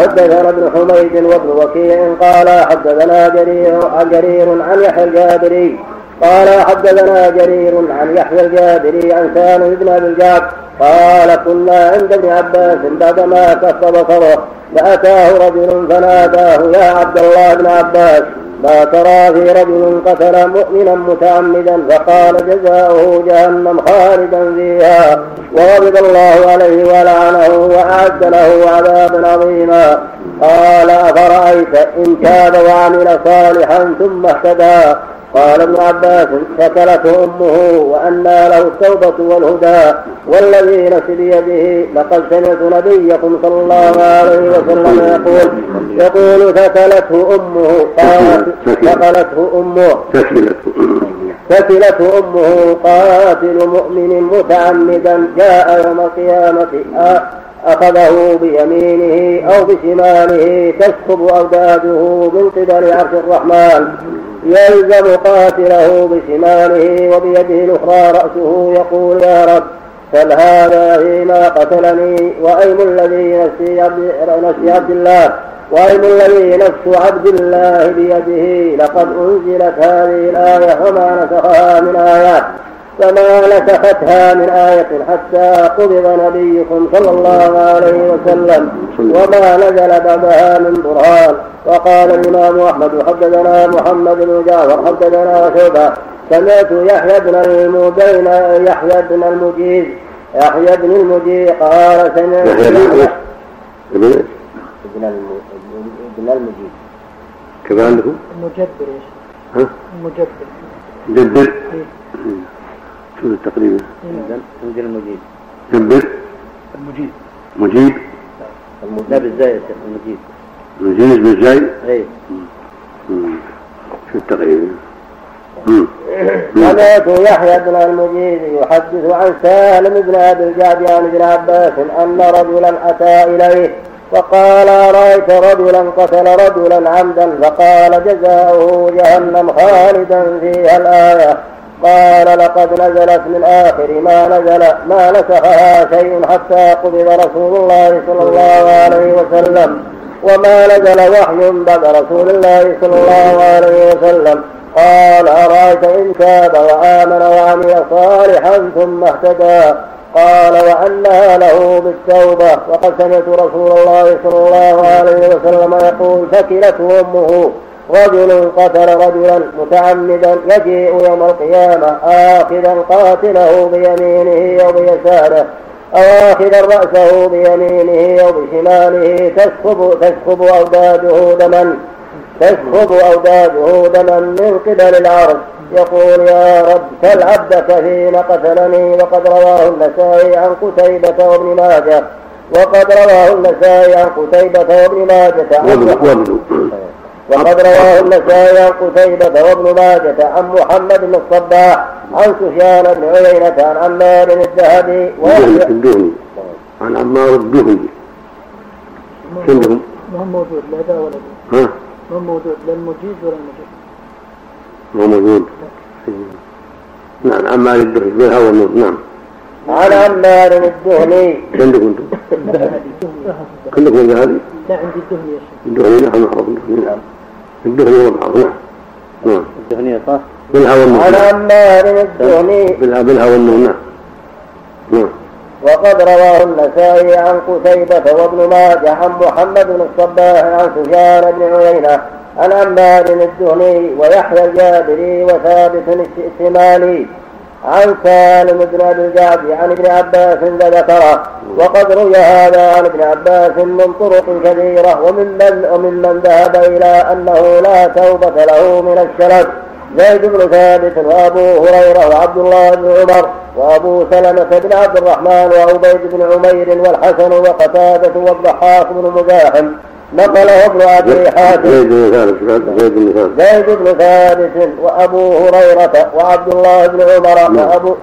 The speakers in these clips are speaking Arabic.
حدثنا ابن حميد وابن وكيع قال حدثنا جرير عن يحيى الجابري قال حدثنا جرير عن يحيى الجابري عن سالم بن ابي الجعد قال كنا عند ابن عباس بعدما كف بصره فأتاه رجل فناداه يا عبد الله بن عباس ما ترى في رجل قتل مؤمنا متعمدا؟ فقال جزاؤه جهنم خالدا فيها وغضب الله عليه ولعنه وأعد له عذابا عظيما. قال أفرأيت إن تاب وعمل صالحا ثم اهتدى؟ قال ابن عباس فتلته أمه وأنى له التوبة والهدى والذي نفسي بيده لقد سمعت نبيكم صلى الله عليه وسلم يقول فتلته أمه قاتل مؤمن متعمدا جاء يوم القيامة أخذه بيمينه أو بشماله تسكب أوداده من قبل عرش الرحمن يلزم قاتله بشماله وبيده الأخرى رأسه يقول يا رب سل هذا فيما قتلني وأيم الذي نفس عبد الله وأيم الذي نفس عبد الله بيده لقد أنزلت هذه الآية وما نسخها من آيات فما نسختها من آية حتى قبض نبيكم صلى الله عليه وسلم وما نزل بعدها من برهان. وقال الإمام أحمد حدثنا محمد بن جعفر حدثنا شعبة سمعت يحيى بن المجيز قال سمعت ابن المجيد كما عندكم مجبر شو التقريبا المجيد جبر مجيب لا بالزاي مجيز بالزاي اي شو التقريبا سمعت يحيى بن المجيد يحدث عن سالم بن ابي الجعد عن ابن عباس ان رجلا اتى اليه فقال رأيت رجلا قتل رجلا عمدا؟ فقال جزاؤه جهنم خالدا فيها الآية. قال لقد نزلت من آخر ما نسخها شيء حتى قبض رسول الله صلى الله عليه وسلم وما نزل وحي بعد رسول الله صلى الله عليه وسلم. قال أرأيت إن تاب وآمن وعمل صالحا ثم اهتدى؟ قال وأنها له بالتوبة. وقد سمعت رسول الله صلى الله عليه وسلم يقول ثكلته أمه رجل قتل رجلا متعمدا يجيء يوم القيامة آخذا قاتله بيمينه أو بيساره أو آخذا رأسه بيمينه أو بشماله تسكب أوداده دما من قبل العرش يقول يا رب سل عبدك حين قتلني. وقد رواه النسائي عن قتيبة وابن ماجه وقد رواه النسائي عن قتيبة وابن ماجه عن محمد بن الصباح عن سفيان بن عيينة عن عمار الذهبي عن عمار الذهبي كلهم ما موجود لا ذا ولا ذا ما موجود لا المجيز ولا المجيز ما موجود. نعم عمار الذهبي بالهوى النور. نعم عن عمار الذهبي كلكم ذهبي لا عندي الدهني يا شيخ الدهني. نعم معروف الدهني معروف. نعم الدهني صح بالهوى النور. عن عمار الذهبي بالهوى النور. نعم وقد رواه النسائي عن قتيبة وابن ماجه عن محمد بن الصباح عن سفيان بن عيينة عن عمار الذهبي ويحيى الجابري وثابت السمالي عن سالم بن ابي الجعد عن ابن عباس ذكره. وقد روي هذا عن ابن عباس من طرق كثيرة وممن ذهب إلى أنه لا توبة له من السلف زيد بن ثابت وأبو هريرة وعبد الله بن عمر وأبو سلمة بن عبد الرحمن وعبيد بن عمير والحسن وقتادة والضحاك بن مزاحم. نقله ابن أبي حاتم زيد بن ثابت وأبو هريرة وعبد الله بن عمر وأبو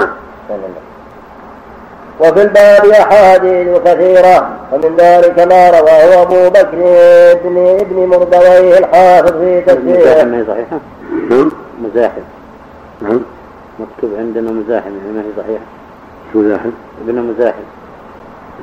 وفي الباب أحاديث كثيرة ومن ذلك ما رواه أبو بكر ابن مردويه الحافظ في تفسيره. مزاحم مكتوب عندنا مزاحم يعني ما هي صحيحة. مزاحم ابن مزاحم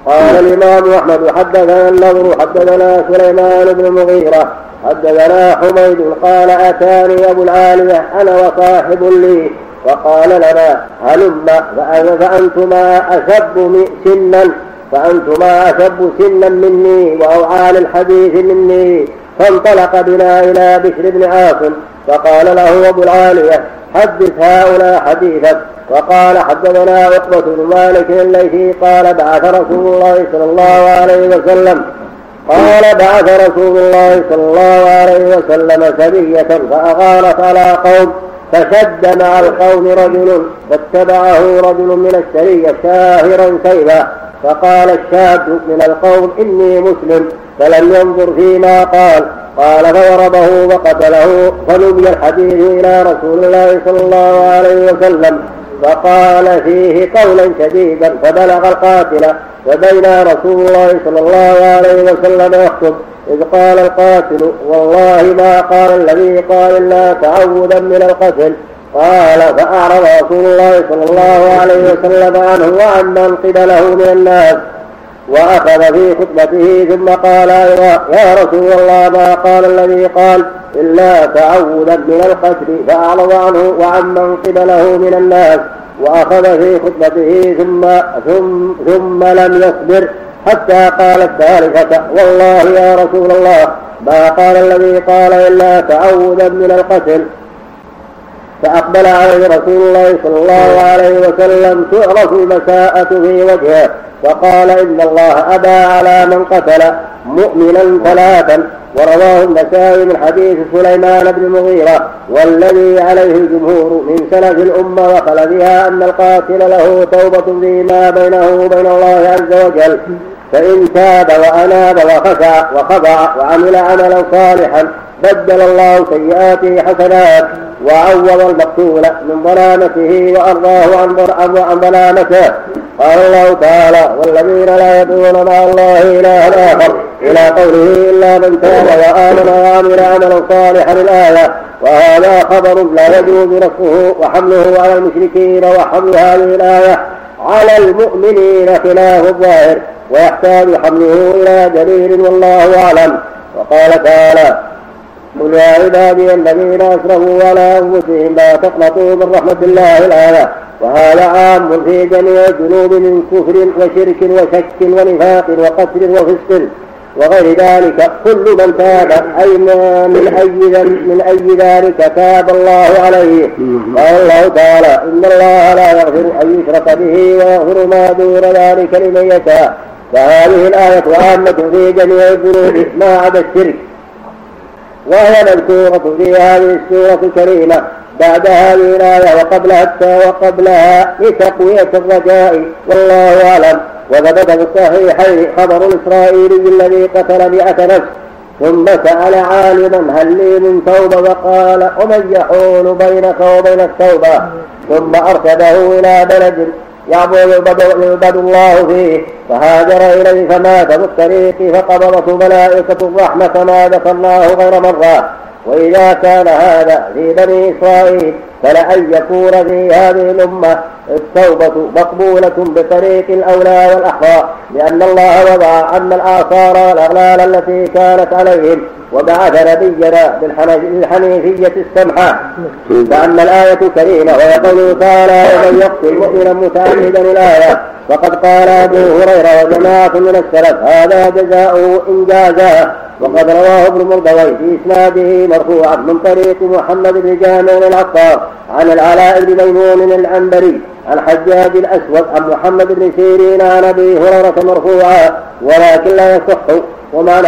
قال الإمام أحمد حدثنا النضر حدثنا سليمان بن المغيرة حدثنا حميد قال أتاني أبو العالية أنا وصاحب لي وقال لنا هلم فأنتما أشب سنا مني وأوعى للحديث مني. فانطلق بنا إلى بشر بن عاصم فقال له أبو العالية حدث هؤلاء حديثك. وقال حدثنا عقبة بن مالك الليثي قال بعث رسول الله صلى الله عليه وسلم سرية فأغارت على قوم فشد مع القوم رجل فاتبعه رجل من السرية شاهرا سيفا فقال الشاب من القوم إني مسلم فلم ينظر فيما قال فضربه وقتله. فنبي الحديث إلى رسول الله صلى الله عليه وسلم فقال فيه قولا شديدا فبلغ القاتل فبين رسول الله صلى الله عليه وسلم يخطب إذ قال القاتل والله ما قال الذي قال إلا تعوذا من القتل. قال فأعرض رسول الله صلى الله عليه وسلم عنه وعمن قبله من الناس وأخذ في خطبته ثم قال يا رسول الله ما قال الذي قال إلا تعوذا من القتل. فأعرض عنه وعمن قبله من الناس وأخذ في خطبته ثم لم يصبر حتى قال الثالثة والله يا رسول الله ما قال الذي قال إلا تعوذا من القتل. فأقبل عليه رسول الله صلى الله عليه وسلم تعرف المساءة في وجهه فقال إن الله أبى على من قتل مؤمنا ثلاثا. ورواه النسائي من حديث سليمان بن المغيرة والذي عليه الجمهور من سلف الأمة وخلفها أن القاتل له توبة فيما بينه وبين الله عز وجل فإن تاب وأناب وخضع وعمل عملا صالحا بدل الله سيئاته حسنات وعوض المقتول من ظلامته وأرضاه عن ظلامته. قال الله تعالى والذين لا يدعون مع الله إلها آخر إلى قوله إلا من تاب وآمن وعمل عملا صالحا الآية. وهذا خبر لا يجوز نصه وحمله على المشركين وحمل هذه الآية على المؤمنين خلاف الظاهر ويحتاج حمله إلى دليل والله أعلم. وقال تعالى قل يا عبادي الذين أسرفوا على أنفسهم لا تقنطوا من رحمة الله الآية. وهذا عام في جميع الذنوب من كفر وشرك وشك ونفاق وقتل وفسق وغير ذلك كل من تاب أي من أي ذلك تاب الله عليه. قال الله تعالى إن الله لا يغفر أن يشرك به ويغفر ما دون ذلك لمن يشاء. فهذه الآية عامة في جميع الذنوب ما عدا الشرك وهي مذكورة في هذه السورة الكريمة بعد هذه الآية وقبلها لتقوية الرجاء والله أعلم. وثبت في الصحيحين خبر الإسرائيلي الذي قتل 100 نفس ثم سأل عالما هل لي من توبة وقال ومن يحول بينك وبين التوبة ثم أرشده إلى بلد يعبد الله فيه فهاجر إليه فمات في الطريق فقبضته ملائكة الرحمة كما ذكرناه غير مرة. وإذا كان هذا في بني إسرائيل فلأن يكون في هذه الأمة التوبة مقبولة بطريق الأولى والأحرى لأن الله وضع عنا الآثار والأغلال التي كانت عليهم وبعث نبينا بالحنيفية السمحة. فأما الآية الكريمة ويقول تعالى ومن يقتل مؤمنا متعمدا الآية فقد قال أبو هريرة وجماعة من السلف هذا جزاؤه إن جازاه. وقد رواه ابن مردوي في إسناده مرفوعا من طريق محمد بن جامع العطار عن العلاء بن ميمون العنبري عن حجاج الأسود عن محمد بن سيرين عن أبي هريرة مرفوعا ولكن لا يصح. ومعنى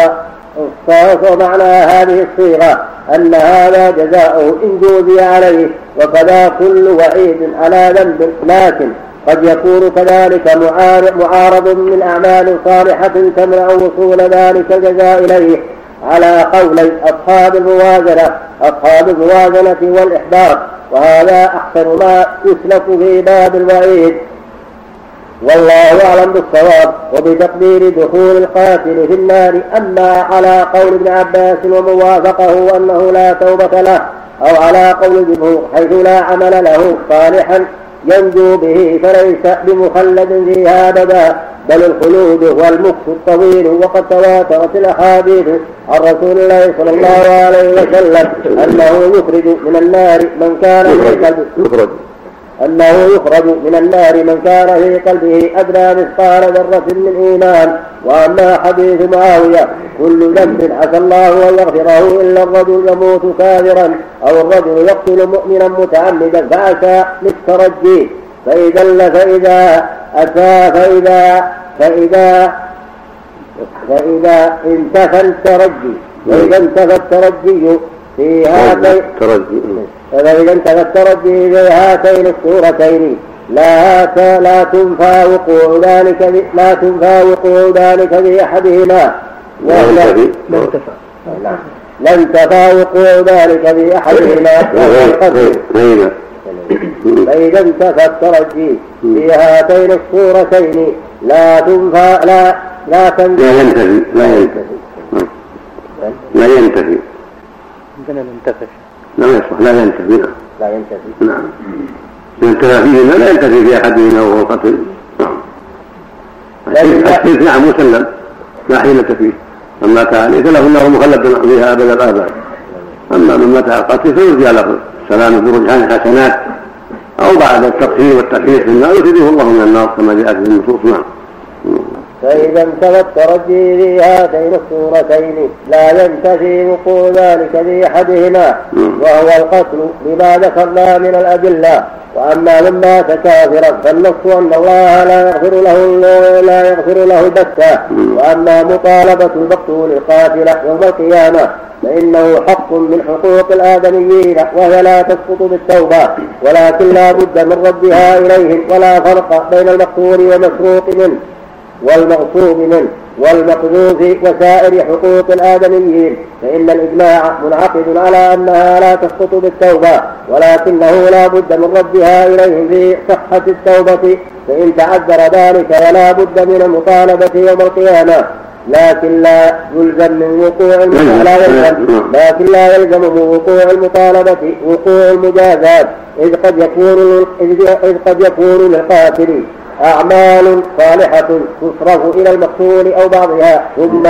هذه الصيغة أن هذا جزاؤه إن جوزي عليه وكذا كل وعيد على ذنب لكن قد يكون كذلك معارض من أعمال صالحة تمنع وصول ذلك الجزاء إليه على قولي أصحاب الموازنة والإحباط. وهذا أحسن ما يسلك في باب الوعيد والله أعلم بالصواب. وبتقدير دخول القاتل في النار أما على قول ابن عباس ومن وافقه أنه لا توبة له أو على قول الجمهور حيث لا عمل له صالحا ينجو به فليس بمخلد فيها أبدا بل الخلود هو المكث الطويل. وقد تواترت الأحاديث عن رسول الله صلى الله عليه وسلم أنه يخرج من النار من كان في قلبه من كان في قلبه أدنى مثقال ذرة من إيمان. وأما حديث معاوية كل ذنب عسى الله أن يغفره إلا الرجل يموت كافرا أو الرجل يقتل مؤمنا متعمدا فعسى للترجي فإذا انتفى الترجي في هاتين الصورتين لا تنفى وقوع ذلك بأحدهما لن تفاوقوا ذلك بأحدهما فإذا انتفى الترجي في هاتين الصورتين لا ينتفي نعم ينتفى فيهما لا ينتفي في أحدهما وهو القتل. الشرك نعم مسلم لا حيلة فيه. من مات عليه فله النار مخلد فيها أبد الآباد. أما من مات على القتل فيرجى له السلام برجحان حسنات أو بعد التقصير والتحريف في النار يخرجه الله من النار كما جاءت في النصوص. نعم. فإذا انتفى الترجي في هاتين الصورتين لا ينتفي وقوع ذلك بأحدهما وهو القتل بما ذكرنا من الأدلة. وأما من مات كافرا فالنص أن الله لا يغفر له البتة. وأما مطالبة المقتول القاتل يوم القيامة فإنه حق من حقوق الآدميين وهي لا تسقط بالتوبة ولكن لا بد من ردها إليهم. ولا فرق بين المقتول والمسروق منه والمغصوب منه والمقذوف وسائر حقوق الآدميين، فإن الإجماع منعقد على أنها لا تسقط بالتوبة ولكنه لا بد من ردها إليهم في صحة التوبة فإن تعذر ذلك ولا بد من المطالبة يوم القيامة. لكن لا يلزم من وقوع المطالبة وقوع المجازات إذ قد يكون للقاتل أعمال صالحة تصرف إلى المقتول أو بعضها ثم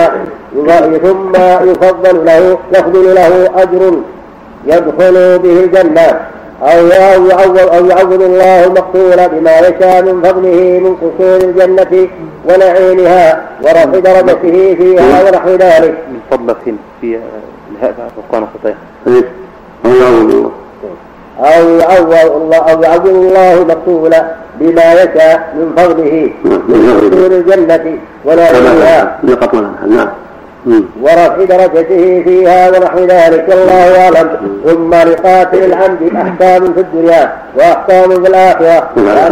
يفضل له أجر يدخل به الجنة أو يعوض الله المقتول بما يشاء من فضله من قصور الجنة ونعيمها ورفع درجته فيها ونحو ذلك. من فضل في الهاء فقان خطيئة أو يعوض الله المقتول بما يشاء من فضله من قصور الجنة ونعيمها ورفع درجته فيها ونحو ذلك الله أعلم. ثم لقاتل العمد أحكام في الدنيا وأحكام في الآخرة.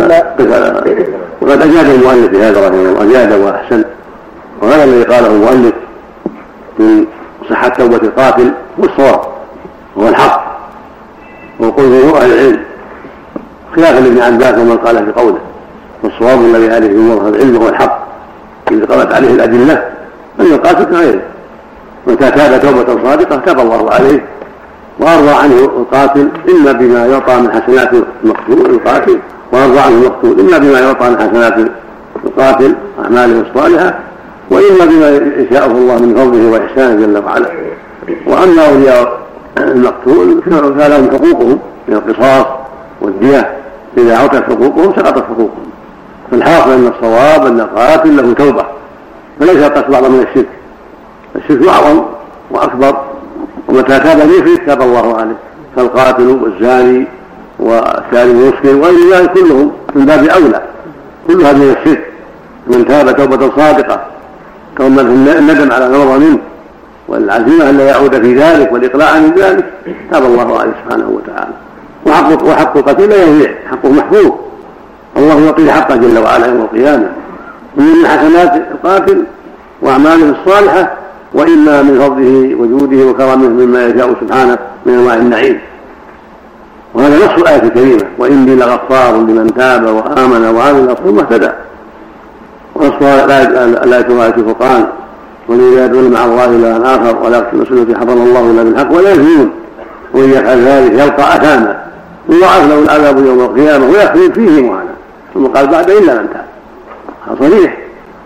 وقد أجاد المؤلف في هذا رحمه الله أجاد وأحسن. وهذا الذي قاله المؤلف من صحة توبة القاتل والصواب هو الحق وقوله أهل العلم خلافا لابن عباس ومن قال في قوله. والصواب الذي عليه جمهور العلم هو الحق الذي قامت عليه الأدلة أن القاتل كغيره. ومتى تاب توبة صادقة تاب الله عليه وأرضى عنه القاتل إما بما يعطى من حسنات المقتول القاتل وأرضى عنه المقتول إما بما يعطى من حسنات القاتل أعماله الصالحة وإما بما يشاءه الله من فضله وإحسانه جل وعلا. وأما أولياء المقتول فلهم حقوقهم من القصاص والدية إذا عطت حقوقهم سقطت حقوقهم. فالحاصل أن الصواب أن القاتل له توبة فليس القتل أعظم من الشرك. الشرك أعظم وأكبر ومتى تاب به تاب الله عليه. فالقاتل والزاني والشارب المسكر وغير ذلك كلهم من باب أولى كل هذا من الشرك. من تاب توبة صادقة كون الندم على ما مضى منه والعزيمة أن لا يعود في ذلك والإقلاع عن ذلك تاب الله عليه سبحانه وتعالى. وحق القتيل لا يضيع حقه محفوظ. الله يعطيه حقه جل وعلا يوم القيامة من حسنات القاتل وأعماله الصالحة وإما من فضله وجوده وكرمه مما يشاء سبحانه من أنواع النعيم. وهذا نص الآية الكريمة وإني لغفار لمن تاب وآمن وعمل ثم اهتدى. ونص الآية الفرقان ومن يدعو مع الله إلها آخر ولا يقتل نفسا حرم الله إلا بالحق ولا يزنون ومن يفعل ذلك يلقى أثاما يضاعف له العذاب يوم القيامة ويخلد فيه مهانا. ثم قال بعد إلا من تاب صريح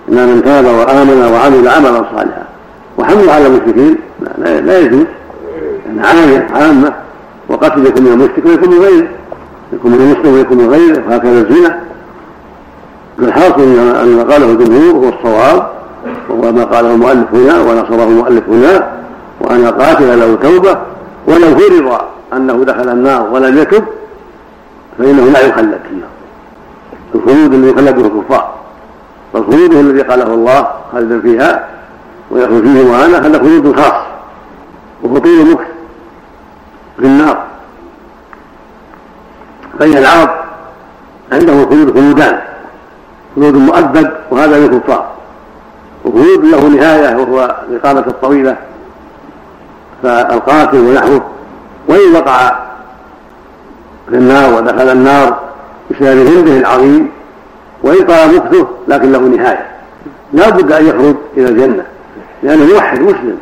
إن من تاب وآمن وعمل عملا صالحا. وحمل على المشركين لا يجوز، يعني عامة عامة، وقتل يكون من المشرك ويكون من غيره، يكون من المسلم ويكون من غيره، وهكذا الزنا. الحاصل أن ما قاله الجمهور هو الصواب، وهو ما قاله المؤلف هنا ونصره المؤلف هنا، وأن القاتل له توبة ولو فرض أنه دخل النار ولم يتب فإنه لا يخلد فيها. الخلود الذي يخلده الكفار، والخلود الذي قاله الله خالدا فيها ويخرج فيه معانا هذا خلود خاص، وهو طول المكث في النار. فإن العرب عنده خلودان، خلود مؤبد وهذا للكفار، وخلود له نهاية وهو الإقامة الطويلة. فالقاتل ونحوه وإن وقع في النار ودخل النار بسبب ذنبه العظيم وإن طال مكثه لكن له نهاية، لا بد أن يخرج إلى الجنة لأنه موحد مسلم.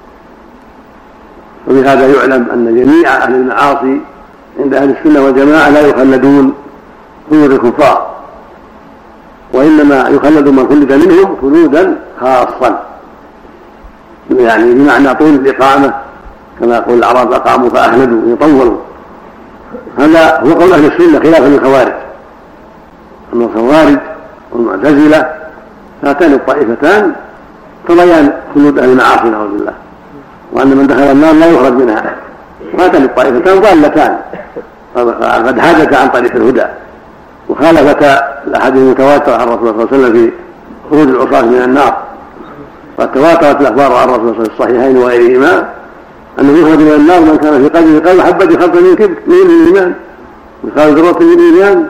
وبهذا يعلم أن جميع أهل المعاصي عند أهل السنة والجماعة لا يخلدون خلود الكفار، وإنما يخلد من خلد منهم خلودا خاصا، يعني بمعنى طول الإقامة، كما يقول الأعراب أقاموا فأخلدوا يطولوا. هذا هو قول أهل السنة خلافا للخوارج. أما الخوارج والمعتزلة هاتان الطائفتان كبيان خلود أهل المعاصي نعوذ بالله، وأن من دخل النار لا يخرج منها. وهاتان الطائفتان ضالتان قد حادث عن طريق الهدى، وخالفت الأحاديث المتواترة عن الرسول صلى الله عليه وسلم في خروج العصاة من النار. قد تواترت الأخبار عن الرسول في الصحيحين وغيرهما أنه يخرج من النار من كان في قلبه حبة خردل من كبر من الإيمان، مثقال ذرة من الإيمان،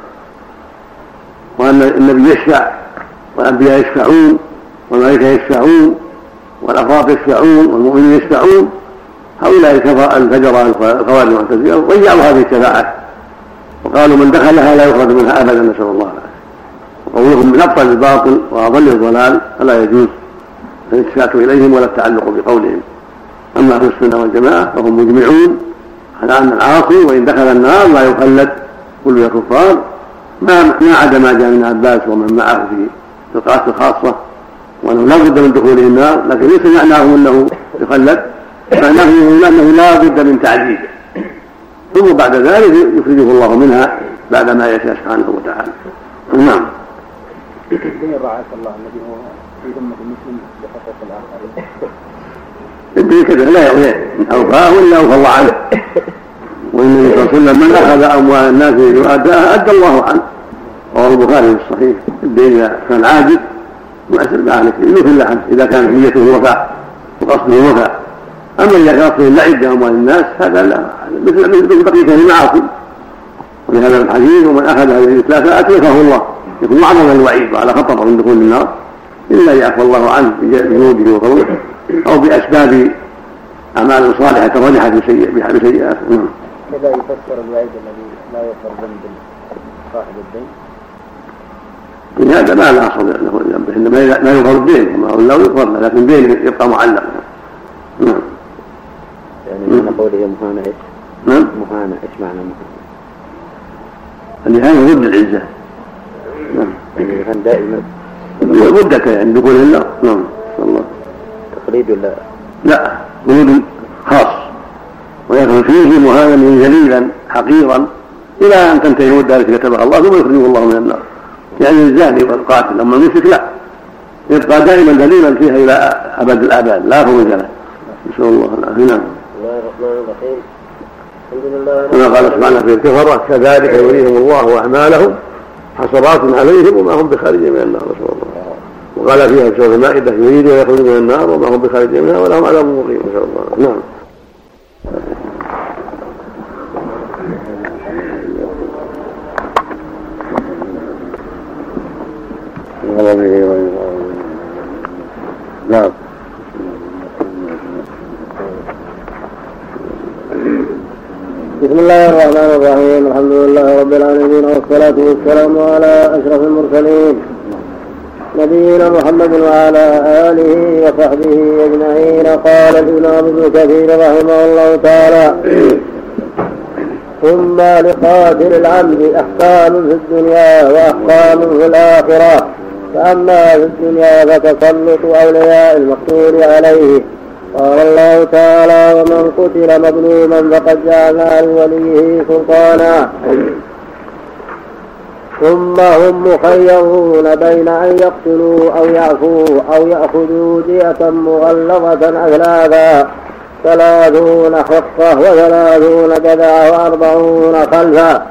وأن النبي يشفع والأنبياء يشفعون والملائكة يشفعون والأفراد يشفعون والمؤمنين يشفعون. هؤلاء الفجر الخوارج والمعتزلة ضيعوا هذه الشفاعة وقالوا من دخلها لا يخرج منها أبدا، نسأل الله العافية. وقولهم من أبطل الباطل وأضل الضلال فلا يجوز الالتفات إليهم ولا التعلق بقولهم. أما أهل السنة والجماعة فهم مجمعون على أن العاصي وإن دخل النار لا يخلد كل الكفار، ما عدا ما جاء من عباس ومن معه في القراءات الخاصة، وأنه لا بد من دخوله النار، لكن ليس معناه أنه يخلد، فنحن أنه لا بد من تعذيبه، ثم بعد ذلك يخرجه الله منها بعد ما يشاء سبحانه وتعالى. نعم. الدين رعاك الله الذي هو في ذمة المسلم بحقوق الآخرين. الدين كذا لا يغير من أوفاه ولا أوفى الله عنه. والنبي صلى الله عليه وسلم من أخذ أموال الناس يؤداها أدى الله عنه، رواه البخاري في الصحيح. الدين إذا كان عاجز وأسر بعلك يوفي الله عنه إذا كانت نيته وفاء وقصده وفاء. أما إذا كان قصده اللعب بأموال الناس هذا لا، مثل بقية المعاصي. ولهذا الحديث ومن أخذ هذه الثلاثة أتلفه الله، يكون أعظم الوعيد وعلى خطر من دخول النار إلا يعفو الله عنه بجنوده وفضله أو بأسباب أعمال صالحة رجحت بسيئات. كذا يفسر الوعيد الذي لا يغفر ذنب صاحب الدين. هذا ما لا أصل له ذنبه، إنما لا يغفر الدين وما هو لا يغفر، لكن الدين يبقى معلق. يعني معنى قوله مهانة إيش؟ نعم. مهانة إيش معنى مهانة؟ الإهانة ضد العزة. نعم. يعني كان دائما مدة يعني دخول النار. نعم. الله. تقليد ولا؟ لا، خلود خاص، ويدخل فيه مهانا ذليلا حقيرا إلى أن تنتهي المدة التي كتبها الله ثم يخرجه الله من النار. يعني الزاني والقاتل، أما المشرك لا، يبقى دائما ذليلا فيها إلى أبد الآباد لا خروج له. نسأل الله العافية. نعم. بسم الله الرحمن الرحيم. الحمد لله. كما قال سبحانه في الكفرة كذلك يريهم الله أعمالهم حسرات عليهم وما هم بخارجين من النار. نسأل الله. وقال فيها في سورة المائدة يريدون يخرجون من النار وما هم بخارجين منها ولهم عذاب مقيم. نسأل الله. نعم. نعم. بسم الله الرحمن الرحيم. الحمد لله رب العالمين، والصلاة والسلام على أشرف المرسلين نبينا محمد وعلى آله وصحبه أجمعين. قال الإمام ابن كثير رحمه الله تعالى: ثم لقاتل العمد أحكام في الدنيا وأحكام في الآخرة. فأما في الدنيا فتسلط أولياء المقتول عليه. قال الله تعالى: ومن قتل مظلوما فقد جعلنا لوليه سلطانا. ثم هم مخيرون بين أن يقتلوا أو يعفوا أو يأخذوا دية مغلظة أثلاثا: 30 حقة و30 جذعة و40 خلفا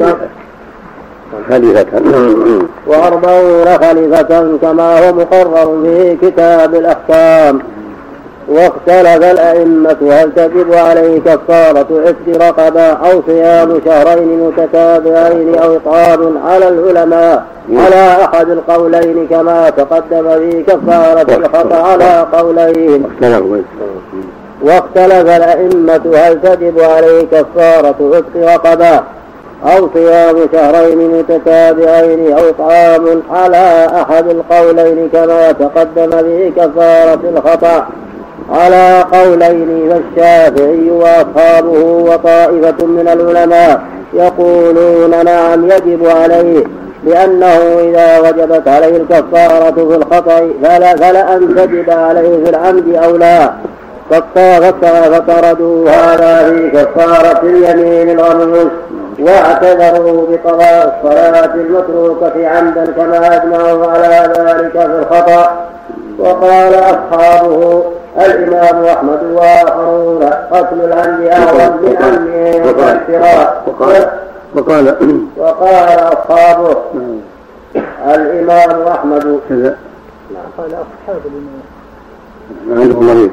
و40 خليفة كما هو مقرر في كتاب الأحكام. واختلف الأئمة هل تجب عليه كفارة عتق رقبة أو صيام شهرين متتابعين أو إطعام على العلماء على أحد القولين كما تقدم في كفارة الخطأ على قولين. واختلف الأئمة هل تجب عليه كفارة عتق رقبة أو صيام شهرين متتابعين أو إطعام على أحد القولين كما تقدم في كفارة الخطأ على قولين. فالشافعي وأصحابه وطائفة من العلماء يقولون نعم يجب عليه، لأنه إذا وجبت عليه الكفارة في الخطأ فلأن تجب عليه في العمد أو لا. فطردوا هذا في كفارة اليمين الغموس واعتذروا بقضاء الصلاة المتروكة عمدا كما أجمعوا على ذلك في الخطأ. وقال أصحابه الإمام أحمد وآخرون قتل العمد أعظم من عمه والافتراء. وقال أصحابه الإمام أحمد قال أصحاب الإمام عندكم مريض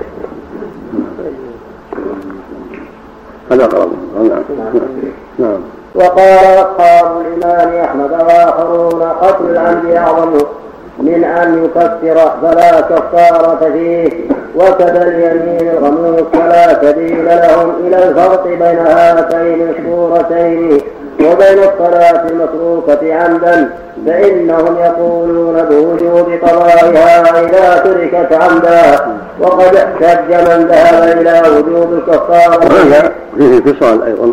هذا قرار. نعم. وقال أصحاب الإمام أحمد وآخرون قتل العمد أعظم من أن يكفر فلا كفارة فيه، وكذا اليمين الغموس فلا سبيل لهم إلى الفرق بين هاتين الصورتين وبين الصلاة المتروكة عمدا، فإنهم يقولون بوجوب قضائها إذا تركت عمدا، وقد احتج من ذهب إلى وجوب الكفارة. فيه فصال أيضا.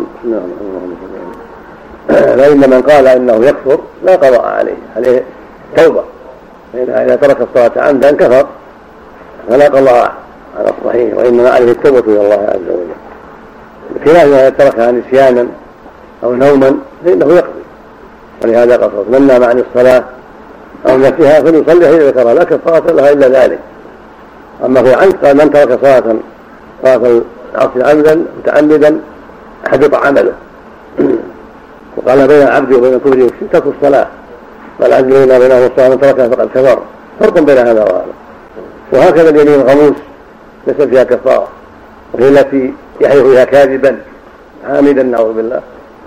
فإن من قال إنه يكفر لا قضاء عليه توبة، فإنها إذا ترك الصلاة عمدا كفر فلا قضاء على الصحيح، وإنما عليه التوبة إلى الله عز وجل. بخلاف إذا تركها نسيانا أو نوما فإنه يقضي. ولهذا قال من نام عن الصلاة أو نسيها فليصلي حين ذكرها لا كفارة لها إلا ذلك. أما هو عنه قال من ترك صلاة العصر عمدا متعمدا حبط عمله. وقال بين العبد وبين كفره ترك الصلاة، والعبد بينه الصلاة من تركها فقد كفر. فرق بين هذا وهذا. وهكذا اليمين الغموس ليس فيها كفارة، وهي التي يحلف فيها كاذبا عامدا نعوذ بالله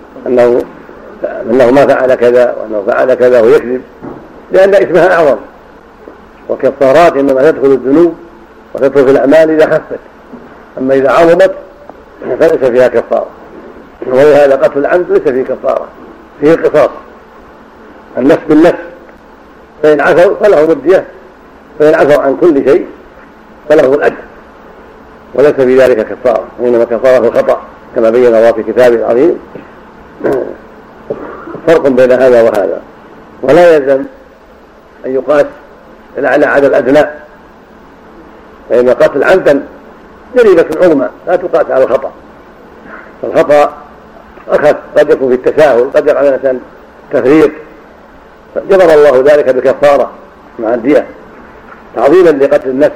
أنه ما فعل كذا وأنه فعل كذا ويكذب، لأن اسمها أعظم. وكفارات إنما تدخل الذنوب وتدخل في الأعمال إذا خفت، أما إذا عظمت فليس فيها كفارة. ولهذا قتل العمد ليس فيه كفارة، فيه قصاص، النفس بالنفس، فإن عفوا فله الدية، فإن عفوا عن كل شيء فله الأجر، وليس في ذلك كفارة، وإنما كفارة الخطأ كما بين الله في كتابه العظيم. فرق بين هذا وهذا. ولا يلزم أن يقاس الأعلى على الأدنى، فإن قتل عمدا جريمة عظمى لا تقاس على الخطأ. فالخطأ أخف، قد يكون في التساهل، قد يقع الإنسان تفريط، جبر الله ذلك بكفارة مع الدية تعظيما لقتل النفس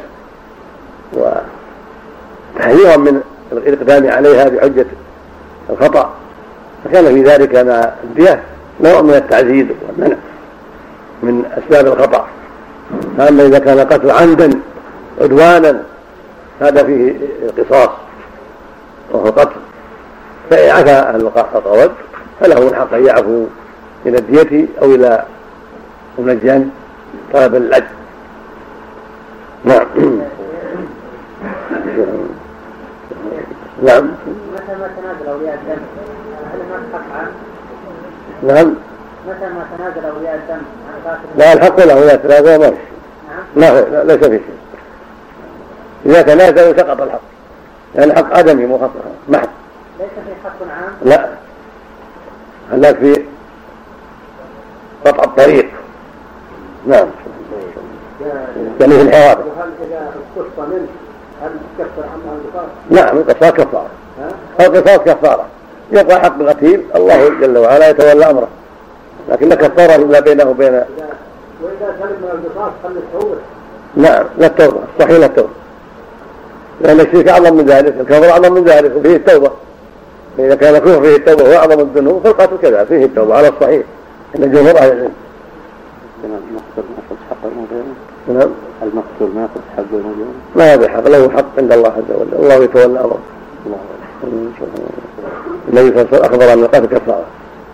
وتحذيرا من الإقدام عليها بحجة الخطأ، فكان في ذلك مع الدية نوع من التعزيز والمنع من أسباب الخطأ. أما إذا كان قتل عمدا عدوانا هذا فيه القصاص وهو قتل، فإن عفا أهل القتل فله الحق أن يعفو إلى الدية أو إلى منجا طلب العدل. نعم. نعم. متى ما تنازل أولياء الدم هل ما الحق عنه؟ نعم. متى ما تنازل أولياء الدم عن قاتل؟ لا الحق له لا تنازل ماشي. نعم. لا ليس في شيء. إذا تنازل سقط الحق، لأن الحق آدمي مو خطأ محض. ليس في حق عام؟ لا، هلاك في قطع الطريق نعم يعني في الحوادث. وهل إذا القصة منه هل تكفر عنها القصاص؟ نعم القصاص كفارة، القصاص كفارة، يقع حق القتيل الله جل وعلا يتولى أمره، لكن لا كفارة إلا بينه وبين. وإذا سلم من القصاص خل التوبة. نعم لا التوبة، صحيح لا التوبة، لأن الشرك أعظم من ذلك، الكفر أعظم من ذلك وفيه التوبة. فإذا كان الكفر فيه التوبة هو أعظم الذنوب فالقتل كذا فيه التوبة على الصحيح إن جمهور أهل العلم. المقتول ما يأخذ حقه المجرم. نعم المقتول ما يأخذ حقه المجرم. ما هذا حق، له حق عند الله عز وجل، الله يتولى أمره. النبي صلى الله عليه وسلم أخبر أن القتل كفارة،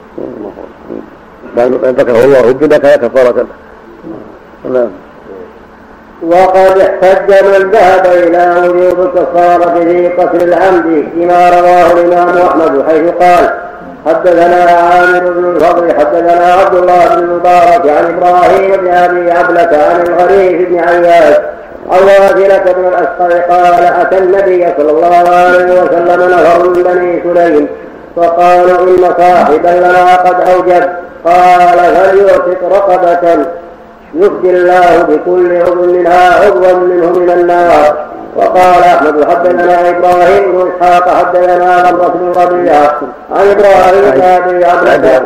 فإن ذكره الله الدنيا كان كفارة. نعم. وقد احتج من ذهب إلى وجوب الكفارة في قتل العمد فيما رواه الإمام أحمد حيث قال حدثنا عامر بن الفضل حدثنا عبد الله بن المبارك عن إبراهيم بن أبي عبلة عن الغريب بن عياش عن واثلة بن الأسقع قال أتى النبي صلى الله عليه وسلم نفر من بني سليم فقالوا إن صاحبا لنا قد أوجب قال فليعتق رقبة يفدي الله بكل عضو منها عضوا منه من النار. وقال أحمد حدثنا إبراهيم بن إسحاق حدثنا غمرة بن ربيعة عن إبراهيم بن أبي عبد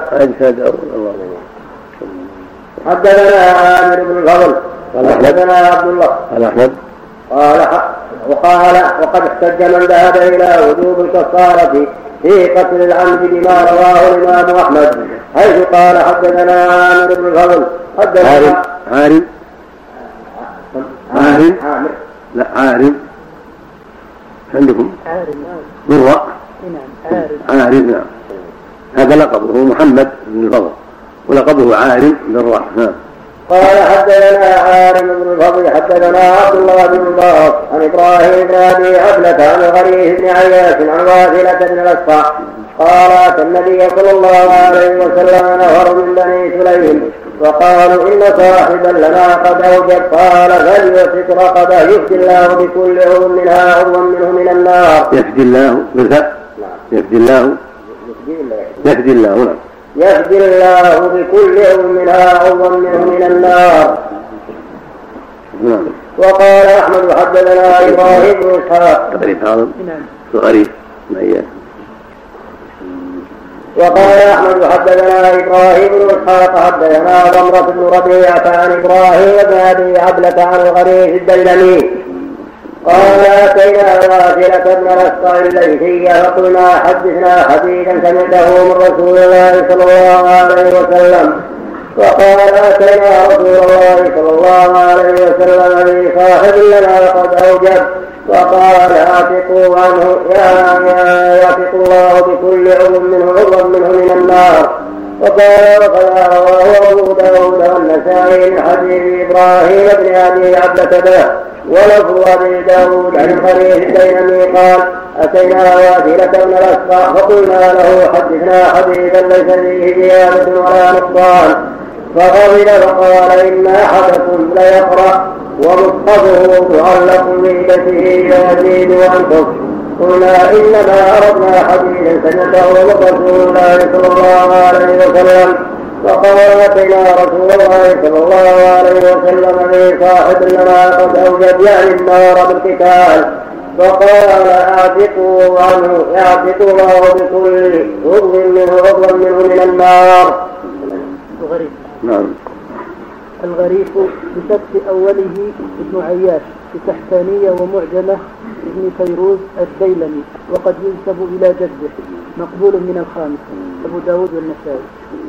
حدثنا عامر بن الفضل حدثنا عبد الله قال أحمد وقد احتج من ذهب إلى وجوب الكفارة في قتل العمد بما رواه الإمام أحمد حيث قال حدثنا عامر بن الفضل حدثنا عارم لا عارم عندكم مرة عارم نعم هذا لقبه محمد بن الفضل ولقبه عارم بالراء. قال حدثنا عارم بن الفضل حدثنا عبد الله بن مبارك عن إبراهيم بن أبي عبلة عن الغريب بن عياش عن واثلة بن الأسقع قال أتى النبي صلى الله عليه وسلم نفر من بني سليم وقالوا إن صاحبا لنا قد أوجب قال فليعتق رقبة يفدي الله بكل عضو منها عضوا منه من النار. يفدي الله بالفعل يفدي الله يفدي الله بكل عضو منها عضوا منه من النار. وقال أحمد حدثنا إبراهيم بن إسحاق وقال أحمد حدثنا إبراهيم بن إسحاق حدثنا غمرة بن ربيعة عن إبراهيم بن أبي عبلة عن الغريب الديلمي قال أتينا واثلة بن الأسقع الليثي فقلنا حدثنا حديثا سمعته من رسول الله صلى الله عليه وسلم فقال أتينا رسول الله صلى الله عليه وسلم بصاحب لنا قد أوجب وقال اعتقوا عنه يعتق الله بكل عضو منه من النار. وقال وقد رواه أبو داود والنسائي من حديث إبراهيم بن أبي عبدة به ولفظ أبي داود عن الغريب الديلمي قال أتينا واثلة بن الأسقع فقلنا له حدثنا حديثا ليس فيه زيادة ولا نقصان فغضب فقال إن أحدكم ليقرأ ومصحفه معلق بيدته يزيد وينقص. قلنا إنما أردنا حديثا سمعته من رسول الله صلى الله عليه وسلم فقال أتينا رسول الله صلى الله عليه وسلم بصاحب لنا قد أوجب يعني النار بالقتال فقال اعتقوا عنه يعتق الله بكل عضو منه من النار. الغريب بفتح أوله ابن عياش بتحتانية ومعجمة ابن فيروز الديلمي وقد ينسب إلى جده مقبول من الخامس أبو داود والنسائي.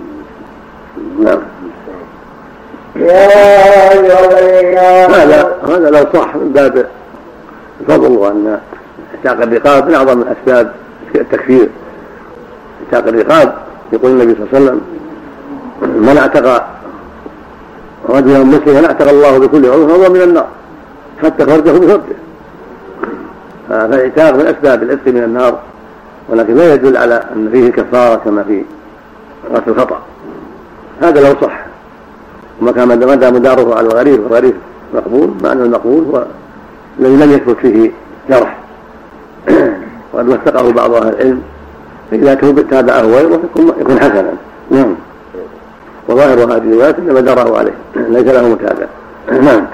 هذا لو صح من باب الفضل وأن اعتاق الرقاب من أعظم الأسباب التكفير. اعتاق الرقاب يقول النبي صلى الله عليه وسلم من اعتق رجلا مسلما اعتق الله بكل عضو من النار حتى فرجه بفرجه. فالاعتاق من اسباب العتق من النار ولكن لا يدل على ان فيه كفاره كما في قتل الخطا. هذا لو صح وما كان مدى مداره على الغريب والغريب مقبول معنى المقبول هو الذي لم يثبت فيه جرح وقد وثقه بعض اهل العلم فاذا تابعه غيره يكون حسنا. وظاهر هذه الروايات إنما جراه عليه ليس له متابع. نعم.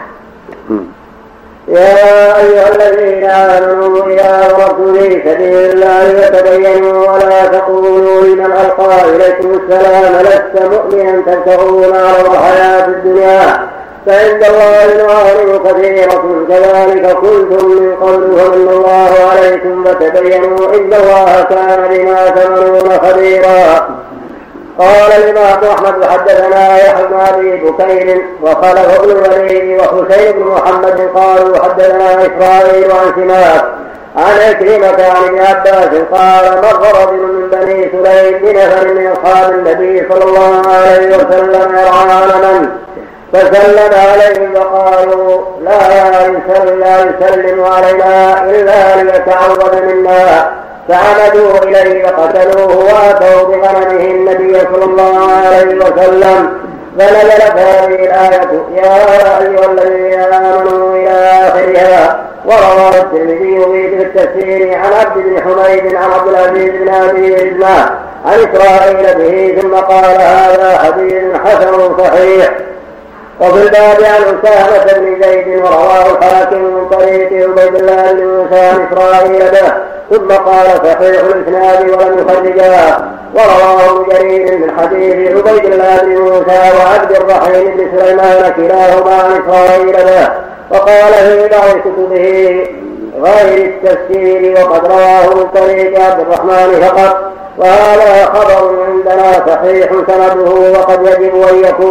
يا أيها الذين آمنوا إذا ضربتم في سبيل الله فتبينوا ولا تقولوا لمن ألقى إليكم السلام لست مؤمنا تبتغون عرض الحياة الدنيا فعند الله مغانم كثيرة كذلك كنتم من قبل فمن الله عليكم فتبينوا إن الله كان بما تعملون خبيرا. قال الإمام أحمد حدثنا يحيى بن أبي بكير وخلف بن الوليد وحسين بن محمد قالوا حدثنا إسرائيل عن سماك عن عكرمة عن ابن عباس قال مر رجل من بني سليم بنفر من أصحاب النبي صلى الله عليه وسلم يرعى فسلم عليهم فقالوا لا يسلم علينا إلا ليتعوذ منا فعمدوا إليه فقتلوه واتوا بغنمه النبي صلى الله عليه وسلم فنزلت هذه الآية يا أيها الذين آمنوا إلى آخرها. وروى الترمذي في التفسير عن عبد بن حميد عن عبد العزيز بن أبي رزمة عن إسرائيل به ثم قال هذا حديث حسن صحيح. وفي الباب عن أسامة بن زيد ورواه الحاكم من طريق عبيد الله بن موسى عن إسرائيل به ثم قال صحيح الإسناد ولم يخرجاه. ورواه جرير من حديث عبيد الله بن موسى وعبد الرحيم بن سليمان كلاهما عن إسرائيل به وقال في بعض كتبه غير التفسير وقد رواه من طريق عبد الرحمن فقط. وهذا خبر عندنا صحيح سنده وقد يجب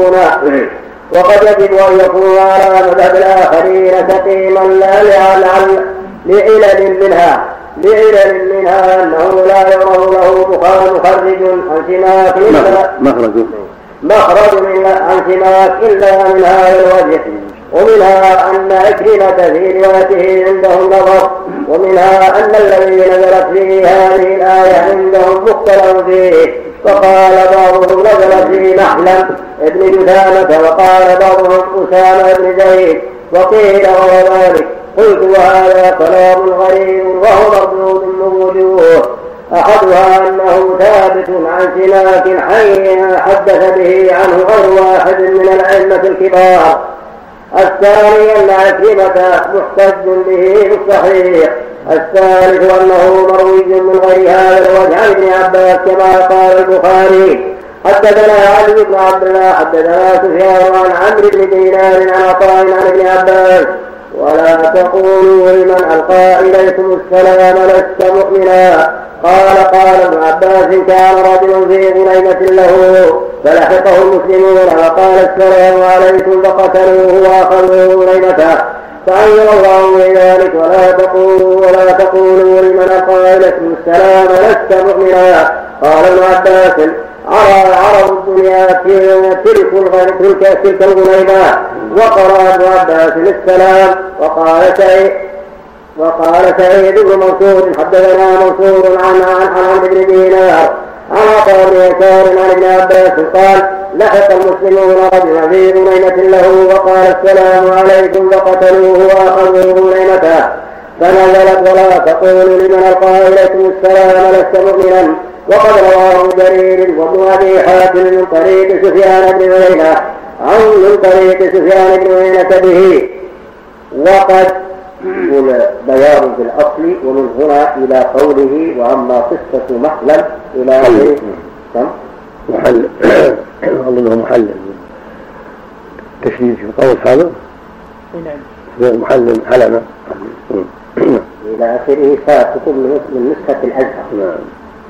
أن يكون على مذهب الآخرين سقيما لعلل منها أنه لا يرى له مخرج عن سماك إلا من هذا الوجه. ومنها أن عكرمة في روايته عندهم نظر. ومنها أن الذي نزلت فيه هذه الآية عندهم مختلف فيه فقال بعضهم نزلت في نحلا ابن جثامة وقال بعضهم أسامة بن زيد وقيل هو ذلك. قلت وهذا كلام غريب وهو مردود من وجوه أحدها أنه ثابت عن سماك حين حدث به عنه غير واحد من الأئمة الكبار. الثاني أن عكرمة محتج به في الصحيح. الثالث أنه مروي من غير هذا الوجه عن ابن عباس كما قال البخاري حدثنا علي بن عبد الله حدثنا سفيان عن عمرو بن دينار عن عطاء عن ابن عباس ولا تقولوا لمن ألقى إليكم السلام لست مؤمنا. قال ابن عباس كان رجل في غنيمة له فلحقه المسلمون وقال السلام عليكم فقتلوه وأخذوا غنيمته فأنزل الله بذلك ولا تقولوا لمن ألقى إليكم السلام لست مؤمنا. قال ابن عباس عرض الدنيا تلك الغنيمة. وقرأ ابن عباس السلام. وقال سعيد بن منصور حدثنا منصور عن عمرو بن دينار عن عطاء بن يسار عن ابن عباس قال لحق المسلمون رجلا في غنيمة له وقال السلام عليكم فقتلوه وأخذوا غنيمته فنزلت ولا تقولوا لمن ألقى إليكم السلام لست مؤمنا. وقد رواه جرير وابن أبي حاتم من طريق سفيان بن عيينة به. وقد بيان في الأصل ومن هنا إلى قوله وأما قصة محلل إلى محل الله محل تشديد في قول هذا محل حلمة إلى آخره فاتكم من نسخة الأزهر.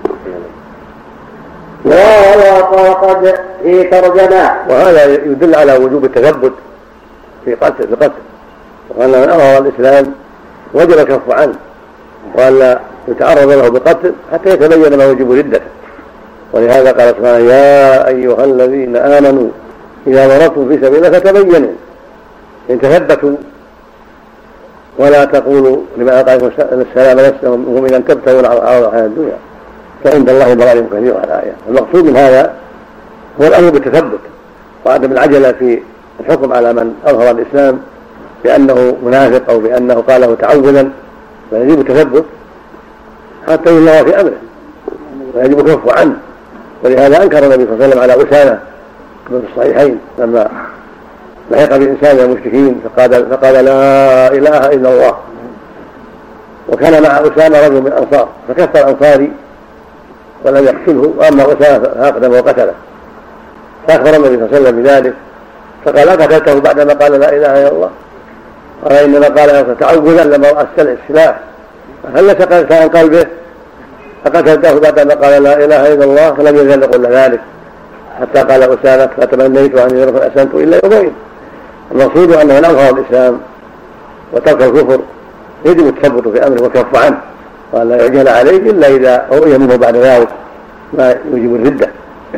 وقد في ترجمة. وهذا يدل على وجوب التثبت في قتل وأن من أظهر الإسلام وجب الكف عنه وأن يتعرض له بقتل حتى يتبين ما يوجب ردته. ولهذا قال سبحانه يا أيها الذين آمنوا إذا ضربتم في سبيل الله فتبينوا إن تثبتوا ولا تقولوا لما ألقى السلام لست مؤمنا تبتغون عرض الحياة الدنيا فعند الله مغانم كثيرة. الآية المقصود من هذا هو الأمر بالتثبت وعدم العجلة في الحكم على من أظهر الإسلام بأنه منافق أو بأنه قاله تعوذا. فيجب التثبت حتى ينظر في أمره ويجب الكف عنه. ولهذا أنكر النبي صلى الله عليه وسلم على أسامة كما في الصحيحين لما لحق بإنسان المشركين فقال لا إله إلا الله، وكان مع أسامة رجل من الأنصار فكف الأنصاري ولم يقتله، وأما أسامة فأقدم وقتله، فأخبر النبي صلى الله عليه وسلم بذلك فقال أقتلته بعدما قال لا إله إلا الله؟ قال إنما قال تعوذا لما رأى السلاح هل سقط عن قلبه؟ أقتلته بعدما قال لا إله إلا الله؟ فلم يزل يقول ذلك حتى قال أسامة فتمنيت أن يرفع أسلمت إلا يومين. المقصود أنه نظهر الإسلام وترك الكفر يجب التثبت في أمره والكف عنه، وأن لا يعجل عليه إلا إذا رؤي منه بعد ذلك ما يوجب الردة.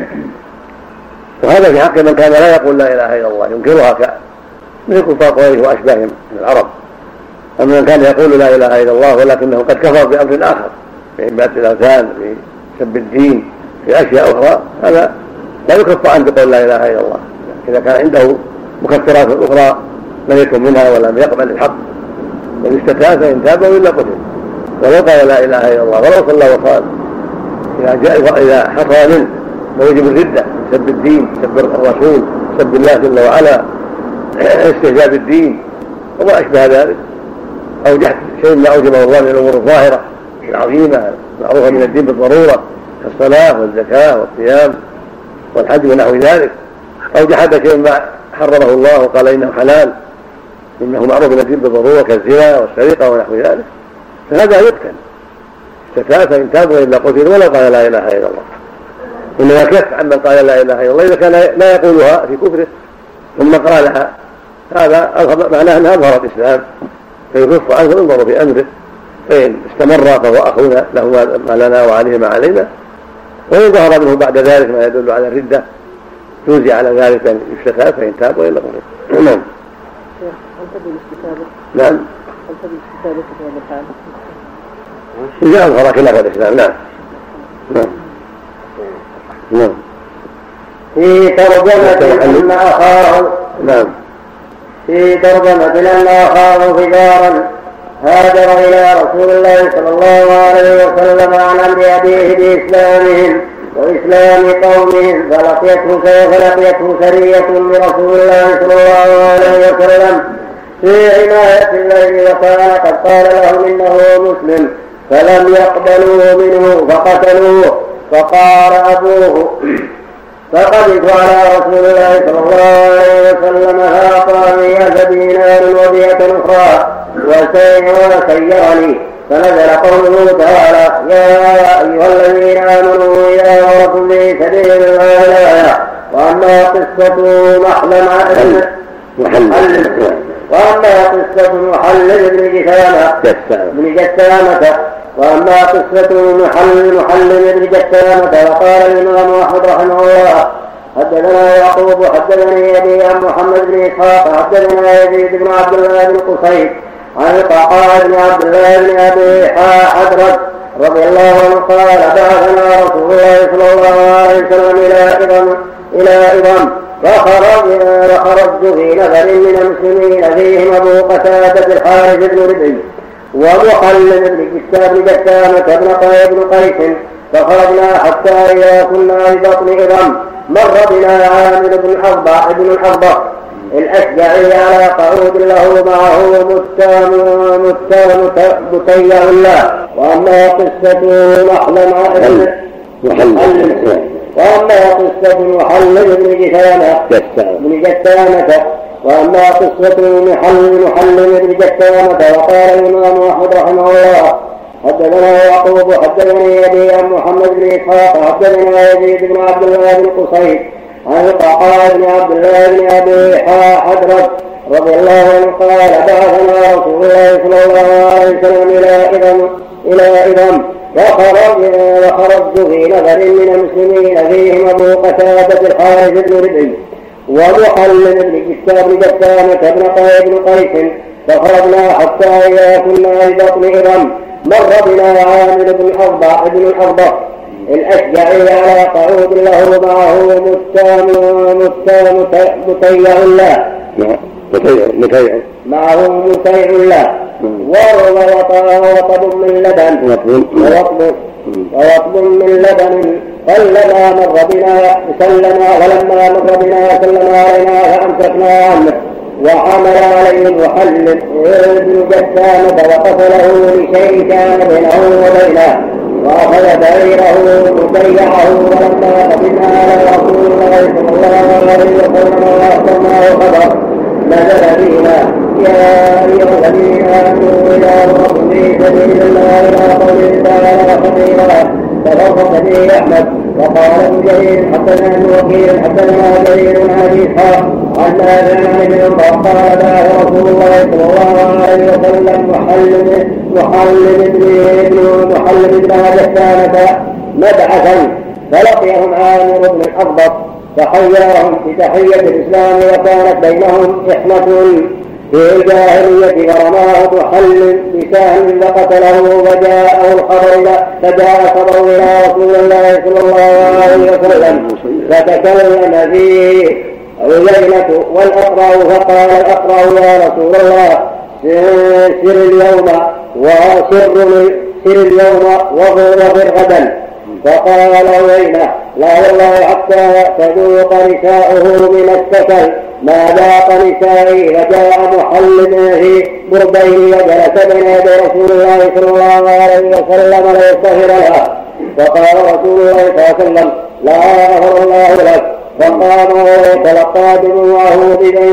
وهذا في حق من كان لا يقول لا إله إلا الله ينكرها مثل كفار قريش وأشباههم من العرب. أما من كان يقول لا إله إلا الله ولكنه قد كفر بأمر آخر في عبادة الأوثان في سب الدين في أشياء أخرى، هذا لا يكف عنه بقول لا إله إلا الله إذا كان عنده مكفرات أخرى لم يكن منها ولم يقبل الحق، من استتاب فإن تاب إلا قتل ولو قال لا إله إلا الله ولو صلى وصال إذا حصل منه موجب الردة سب الدين سب الرسول سب الله جل وعلا استهزاء بالدين وما أشبه ذلك، أو جحد شيء ما أوجبه الله من الأمور الظاهرة العظيمة المعروفة من الدين بالضرورة كالصلاة والزكاة والصيام والحج ونحو ذلك، أو جحد شيء ما حرمه الله وقال إنه حلال إنه معروف من الدين بالضرورة كالزنا والسرقة ونحو ذلك، فهذا يقتل استتاب فإن تاب إلا قتل ولو قال لا إله إلا الله. إنما كف عمن قال لا إله إلا الله إذا كان لا يقولها في كفره ثم قالها، هذا معناه أنها أظهر الإسلام فيكف عنه وينظر في أمره، فإن استمر فهو أخونا له ما لنا وعليه ما علينا، وإن ظهر منه بعد ذلك ما يدل على الردة توزي على ذلك أن يستتاب فإن تاب وإلا قتل. نعم. نعم. إذا أظهر خلاف الإسلام. نعم. نعم. نعم. في ترجمة أن أخاه فجارا هاجر إلى رسول الله صلى الله عليه وسلم عن أمر أبيه بإسلامهم وإسلام قومهم، فلقيته سرية لرسول الله صلى الله عليه وسلم في عناية الليل، وكان قد قال لهم إنه مسلم فلم يقبلوا منه فقتلوه، فقال أبوه فقدمت على رسول الله صلى الله عليه وسلم فأعطاني 1,000 دينار ودية أخرى وسيرني، فنزل قوله تعالى يا أيها الذين آمنوا إذا ضربتم في سبيل الله الآية. وأما قصة محلل بن جسامة وأما قصة محلل بن جسامة وقال الإمام أحمد رحمه الله حدثنا يعقوب حدثني أبي عن محمد بن إسحاق حدثنا يزيد بن عبد الله بن قصيد عن القعقاع بن عبد الله بن أبي حدرد رضي الله عنه قال بعثنا رسول الله صلى الله عليه وسلم إلى إذن فخرجت في نفر من المسلمين فيهم أبو قتادة الحارث بن ربعي ومحلل بن جسامة بن قيس، فخرجنا حتى إذا كنا ببطن إذن مر بنا عامر بن الحضبة الأشجعي على قعود له معه متيع الله. وأما قصة محلل بن جسامة وأما قصة محلل بن جسامة وقال الإمام أحمد رحمه الله حدثنا يعقوب حدثني أبي عن محمد بن إسحاق حدثنا يزيد بن عبد الله بن قصيد عن القعقاع بن عبد الله بن أبي حدرد رضي الله عنه قال بعثنا رسول الله صلى الله عليه وسلم إلى إذن وخرجت في نفر من المسلمين فيهم أبو قتادة الحارث بن ربعي ومحلل بن جسامة بن قيس، فخرجنا حتى إذا كنا ببطن إذن مر بنا عامر بن الحضبة الأشجعي على قعود له معه متيع الله وطب من لبن ووقب من لبن فلما مر بنا سلم علينا فأمسكنا عنه وعمل عليه المحلل ابن جسامة وقتله لشيء كان بينه وبينه وأخذ بعيره مبيعه ولما قدمنا على رسول الله صلى الله عليه وسلم وأخبرناه خبر نزل فينا يا أيها الذين آمنوا إذا ضربتم في سبيل الله إلى قوله تعالى خبيرا تفرق به أحمد وقال ابن جرير حدثنا ابن وكيل حدثنا جرير عن إسحاق عن نافع عن ابن عمر قال بعث رسول الله صلى الله عليه وسلم محلل بن جسامة مبعثا فلقيهم عامر بن الأضبط فحياهم بتحية الإسلام وكانت بينهم إحمة في الجاهلية فرماه محل بسهم فقتله فجاء خبر إلى رسول الله صلى الله عليه وسلم فتكلم فيه عيينة والأقرع فقال الأقرع يا رسول الله سر اليوم وغير غدا فقال عيينة لا والله حتى تذوق نساؤه من السكل ما ذاق نسائي فجاء محل في بربيه وجلس بين يدي رسول الله صلى الله عليه وسلم ليستغفر له فقال رسول الله صلى الله عليه وسلم لا غفر الله لك فقام ويتلقى دموعه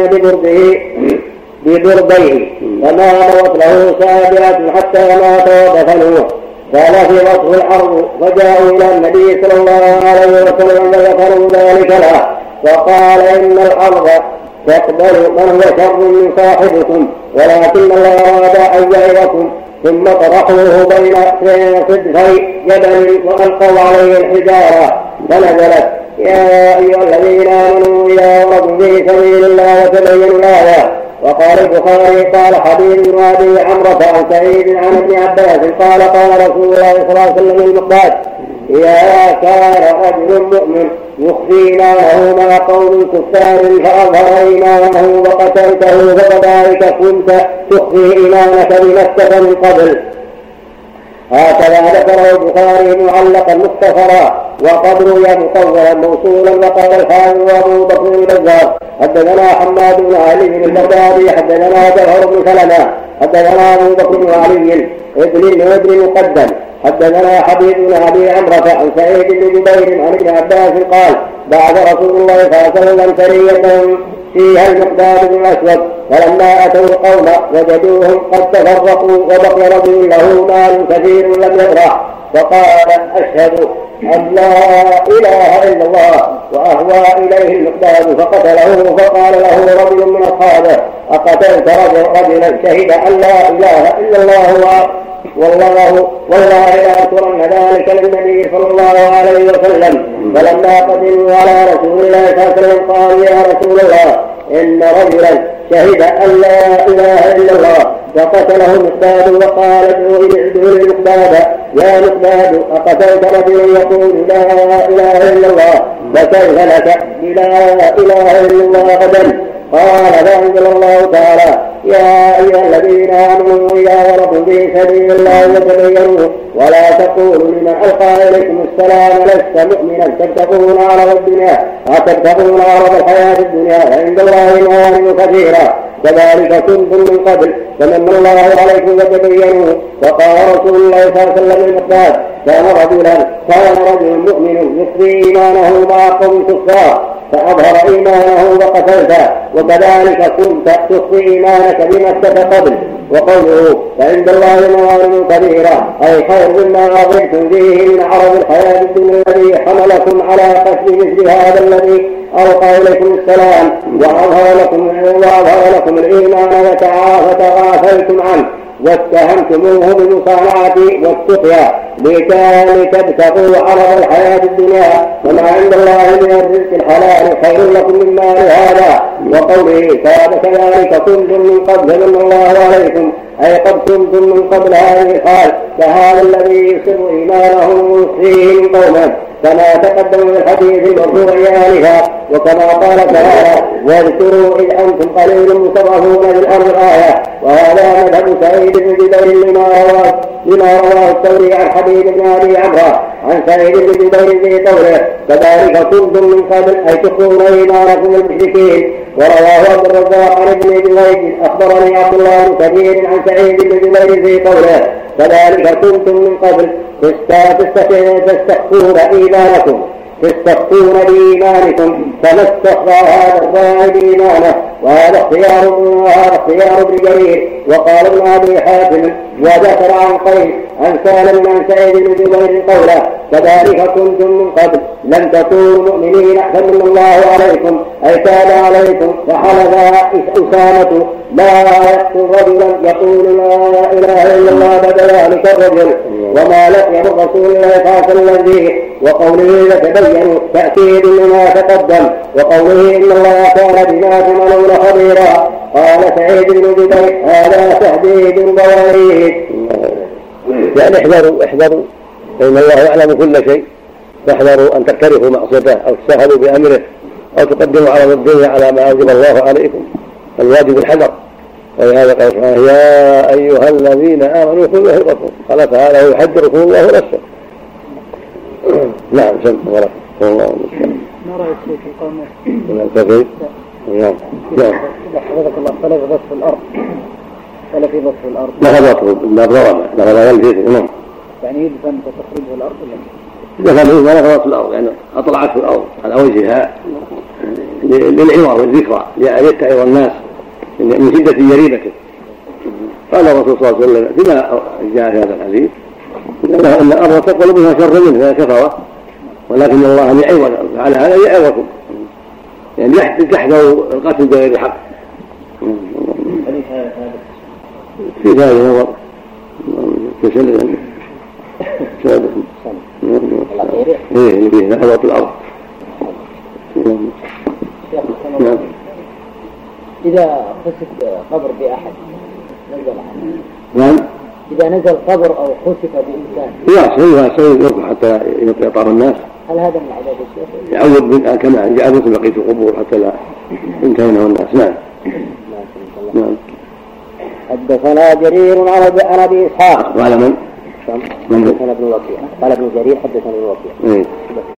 ببربيه فما مرت له سابعة حتى مات ودفنوه فلفظته الأرض فجاءوا إلى النبي صلى الله عليه وسلم فذكروا ذلك له فقال إن الأرض تقبل من هو شر من صاحبكم ولكن الله أراد أن يعظكم ثم طرحوه بين صدفي جبل وألقوا عليه الحجارة فنزلت يا أيها الذين آمنوا إذا ضربتم في سبيل الله وتبينوا الآيات. وقال البخاري قال حديث بن أبي عمرة عن سعيد عن ابن عباس قال قال رسول الله صلى الله عليه وسلم المقداد إذا كان رجل مؤمن يخفي إيمانه مع قوم كفار فأظهر إيمانه وقتلته فكذلك كنت تخفي إيمانك بمكة من قبل. هكذا ذكره البخاري معلقا مختصرا وقد روي مطولا موصولا. وقال الحافظ وابو بكر البزار حدثنا حماد بن علي بن البغدادي حدثنا جوهر بن سلمة حدثنا ابو بكر بن علي ابن مقدم حدثنا حبيب بن ابي عمرة عن سعيد بن جبير عن ابن عباس قال بعث رسول الله صلى الله عليه وسلم سرية فيها المقداد بن الأسود فلما أتوا القوم وجدوهم قد تفرقوا وبقي رجل له مال كثير لم يبرح فقال أشهد أن لا إله إلا الله وأهوى إليه المقداد فقتله. فقال له رجل من أصحابه أقتلت رجلا شهد أن لا إله إلا الله والله لأذكرن ذلك للنبي صلى الله عليه وسلم. فلما قدموا على رسول الله صلى الله عليه وسلم قالوا يا رسول الله إن رجلا شهد أن لا إله إلا الله فقتله المقداد وقال ادعوا للمقداد يا مقداد أقتلت رجلا يقول لا إله إلا الله فكيف لك بلا إله إلا الله غدا؟ قال فأنزل الله تعالى يا أيها الذين آمنوا إذا ضربتم في سبيل الله وتبينوا ولا تقولوا لمن ألقى إليكم السلام لست مؤمنا تبتغون عرض الحياة الدنيا فعند الله مغانم كثيرة كذلك كنتم من قبل فمن الله عليكم وتبينوا. وقال رسول الله صلى الله عليه وسلم المقداد كان رجل مؤمن يخفي إيمانه مع قوم كفار فأظهر إيمانه وقتلته وكذلك كنت تخفي إيمانك بمكة قبل. وقوله فعند الله مغانم كبيرة أي خير مما أعطيتم فيه من عرض الحياة الدنيا الذي حملكم على قتل مثل هذا الذي ألقى إليكم السلام وأظهر لكم الإيمان وتغافلتم عنه واتهمتموه بالمصانعة والتقيا لتبتغوا عرض الحياة الدنيا وما عند الله من الرزق الحلال خير لكم مما لهذا. وقوله كذلك كنتم من قبل من الله عليكم أي قد كنتم من قبل هذه الحال كهذا الذي يصر إيمانه فيه من قومه كما تقدم من الحديث المرفوع آنفا. وكما قال تعالى: واذكروا إذ أنتم قليل مستضعفون في الأرض آية. وهذا مذهب سعيد بن جبير لما رواه الثوري عن حبيب بن أبي عمرو عن سعيد بن جبير في قوله: كذلك كنتم من قبل أي تخفون إيمانكم المشركين. ورواه عبد الرزاق عن ابن جريج أخبرني عبد الله بن كثير عن سعيد بن جبير في قوله: كذلك كنتم من قبل تستخفون بإيمانكم فما استخفى هذا الراعي بإيمانه. وهذا اختيار ابن جرير. وقال ابن أبي حاتم وذكر عن قيس عن سالم عن سعيد بن جبير قوله: كذلك كنتم من قبل لم تكونوا مؤمنين فمن الله عليكم أي تاب عليكم. فحلف أسامة لا يقتل رجلا يقول لا إله إلا الله بعد ذلك الرجل وما لقي من رسول الله صلى الله عليه وسلم به. وقوله يتبين تأكيد لما تقدم. وقوله إن الله كان بما تعملون خبيرا. قال سعيد بن جبير: هذا تهديد ووعيد. يعني احذروا فإن الله يعلم كل شيء، فاحذروا أن تقترفوا معصيته أو تساهلوا بأمره أو تقدموا على الدنيا على ما أوجب الله عليكم. الواجب الحذر. ولهذا قال سبحانه: يا أيها الذين آمنوا خذوا حذركم. قال تعالى: ويحذركم الله نفسه. نعم. سم ورحمة الله وبركاته. ما رأيك في القامة؟ كيف؟ نعم. حفظك الله. فلا في بسط الأرض ولا في بسط الأرض. لا خبطه النار ضربة. لا خبطه يلفيته. نعم. يعني يلزم تخرجه الأرض ولا؟ إذا كان يلزم لا خبط الأرض يعني أطلعته الأرض على وجهها للعبر والذكرى ليتعظ الناس من شدة جريمته. قال الرسول صلى الله عليه وسلم فيما جاء في هذا الحديث: إن الأرض تقبل بها شر منها كفرة ولكن الله يعوض على هذا يعوضكم. يعني تحذروا القتل بغير حق. في هذا نظر كسل سادة اللي فيه نحوة الأرض. إذا خسف قبر بأحد نزل عنه. نعم. إذا نزل قبر أو خسف بإنسان يرفع حتى يطار الناس. هل هذا من عذاب الشيخ؟ يعود من كما جاء بقية القبور حتى لا ينتهينه الناس. نعم. حدثنا جرير عن أبي إسحاق. وعلى من؟ حدثنا ابن وكيع. قال ابن جرير حدثنا ابن وكيع.